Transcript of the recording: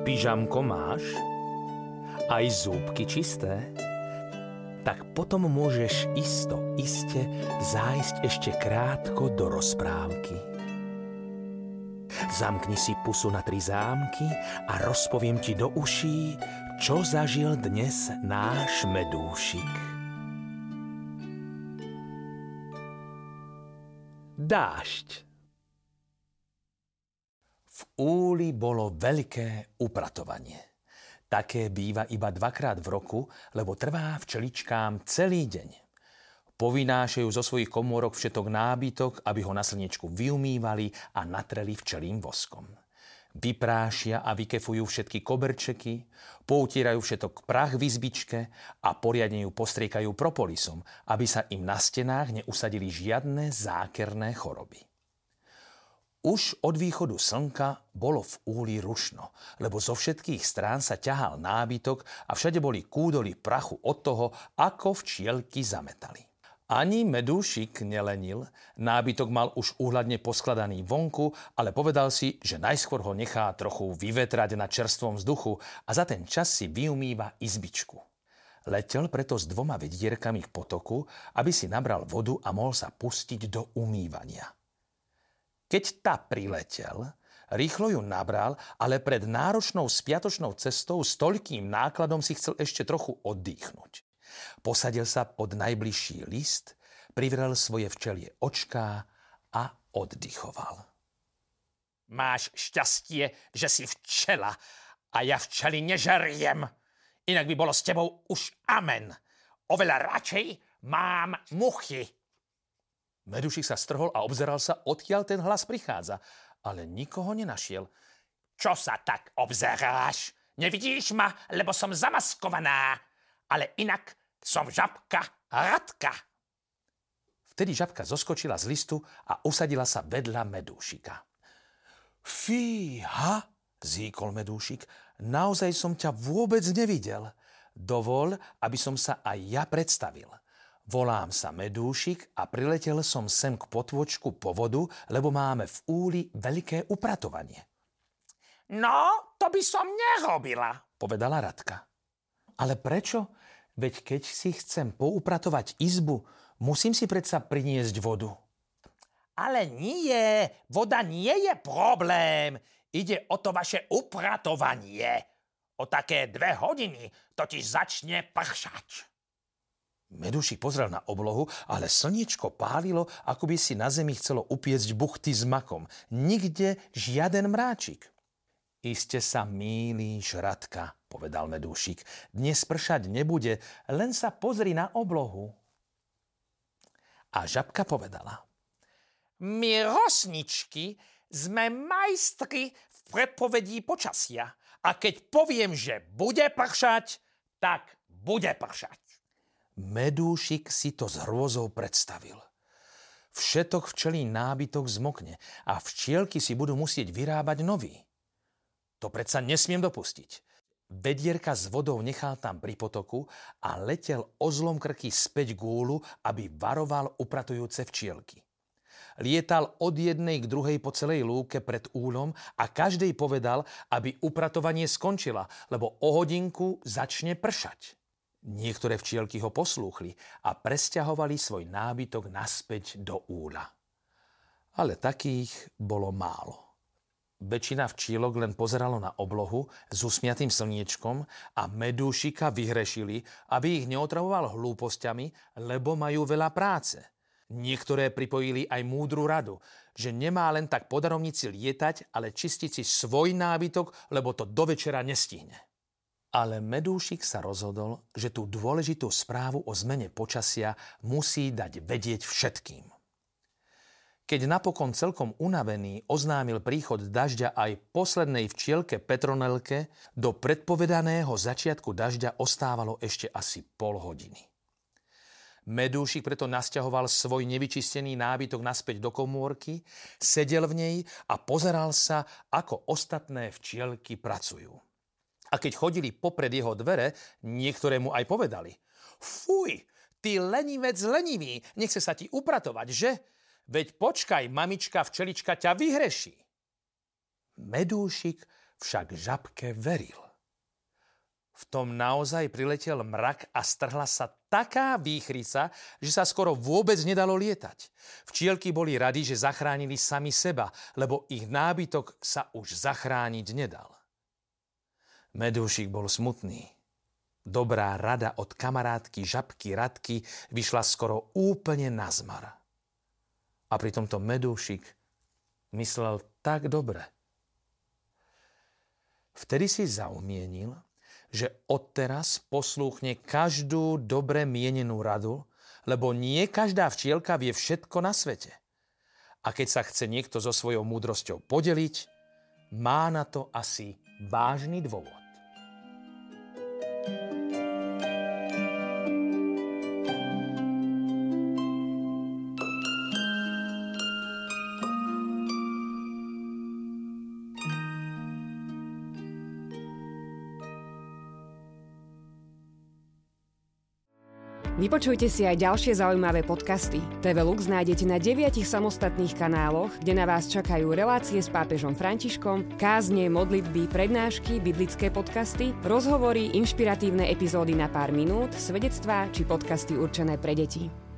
Pyžamko máš? Aj zúbky čisté? Tak potom môžeš iste zájsť ešte krátko do rozprávky. Zamkni si pusu na 3 zámky a rozpoviem ti do uší, čo zažil dnes náš medúšik. Dážď. V úli bolo veľké upratovanie. Také býva iba 2-krát v roku, lebo trvá včeličkám celý deň. Povynášajú zo svojich komórok všetok nábytok, aby ho na slnečku vyumývali a natreli včelím voskom. Vyprášia a vykefujú všetky koberčeky, poutierajú všetok prach v izbičke a poriadne ju postriekajú propolisom, aby sa im na stenách neusadili žiadne zákerné choroby. Už od východu slnka bolo v úli rušno, lebo zo všetkých strán sa ťahal nábytok a všade boli kúdoly prachu od toho, ako včielky zametali. Ani medúšik nelenil, nábytok mal už úhľadne poskladaný vonku, ale povedal si, že najskôr ho nechá trochu vyvetrať na čerstvom vzduchu a za ten čas si vyumýva izbičku. Letel preto s 2 vedierkami k potoku, aby si nabral vodu a mohol sa pustiť do umývania. Keď tá priletel, rýchlo ju nabral, ale pred náročnou spiatočnou cestou s toľkým nákladom si chcel ešte trochu oddychnúť. Posadil sa pod najbližší list, privrel svoje včelie očká a oddychoval. Máš šťastie, že si včela a ja včely nežeriem. Inak by bolo s tebou už amen. Oveľa radšej mám muchy. Medúšik sa strhol a obzeral sa, odkiaľ ten hlas prichádza, ale nikoho nenašiel. Čo sa tak obzeráš? Nevidíš ma, lebo som zamaskovaná, ale inak som žabka Radka. Vtedy žabka zoskočila z listu a usadila sa vedľa medúšika. Fíha, zíkol medúšik, naozaj som ťa vôbec nevidel. Dovol, aby som sa aj ja predstavil. Volám sa Medúšik a priletel som sem k potôčku po vodu, lebo máme v úli veľké upratovanie. No, to by som nerobila, povedala Radka. Ale prečo? Veď keď si chcem poupratovať izbu, musím si predsa priniesť vodu. Ale nie, voda nie je problém. Ide o to vaše upratovanie. O také 2 hodiny totiž začne pršať. Medúšik pozrel na oblohu, ale slniečko pálilo, ako by si na zemi chcelo upiecť buchty s makom. Nikde žiaden mráčik. Iste sa mýliš, Radka, povedal Medúšik. Dnes pršať nebude, len sa pozri na oblohu. A žabka povedala. My rosničky sme majstri v predpovedí počasia. A keď poviem, že bude pršať, tak bude pršať. Medúšik si to s hrôzou predstavil. Všetok včelí nábytok zmokne a včielky si budú musieť vyrábať nový. To predsa nesmiem dopustiť. Vedierka s vodou nechal tam pri potoku a letel ozlom krky späť k úlu, aby varoval upratujúce včielky. Lietal od jednej k druhej po celej lúke pred úlom a každej povedal, aby upratovanie skončila, lebo o hodinku začne pršať. Niektoré včielky ho poslúchli a presťahovali svoj nábytok naspäť do úľa. Ale takých bolo málo. Väčšina včielok len pozeralo na oblohu s usmiatým slniečkom a Medúšika vyhrešili, aby ich neotravoval hlúposťami, lebo majú veľa práce. Niektoré pripojili aj múdru radu, že nemá len tak po darovnici lietať, ale čistiť si svoj nábytok, lebo to do večera nestihne. Ale Medúšik sa rozhodol, že tú dôležitú správu o zmene počasia musí dať vedieť všetkým. Keď napokon celkom unavený oznámil príchod dažďa aj poslednej včielke Petronelke, do predpovedaného začiatku dažďa ostávalo ešte asi pol hodiny. Medúšik preto nasťahoval svoj nevyčistený nábytok naspäť do komórky, sedel v nej a pozeral sa, ako ostatné včielky pracujú. A keď chodili popred jeho dvere, niektoré mu aj povedali. Fuj, ty lenivec lenivý, nechce sa ti upratovať, že? Veď počkaj, mamička včelička ťa vyhreší. Medúšik však žabke veril. V tom naozaj priletel mrak a strhla sa taká výchrica, že sa skoro vôbec nedalo lietať. Včielky boli radi, že zachránili sami seba, lebo ich nábytok sa už zachrániť nedal. Medúšik bol smutný. Dobrá rada od kamarátky žabky Radky vyšla skoro úplne nazmar. A pri tomto Medúšik myslel tak dobre. Vtedy si zaumienil, že odteraz poslúchne každú dobre mienenú radu, lebo nie každá včielka vie všetko na svete. A keď sa chce niekto so svojou múdrosťou podeliť, má na to asi vážny dôvod. Vypočujte si aj ďalšie zaujímavé podcasty. TV Lux nájdete na 9 samostatných kanáloch, kde na vás čakajú relácie s pápežom Františkom, kázne, modlitby, prednášky, biblické podcasty, rozhovory, inšpiratívne epizódy na pár minút, svedectvá či podcasty určené pre deti.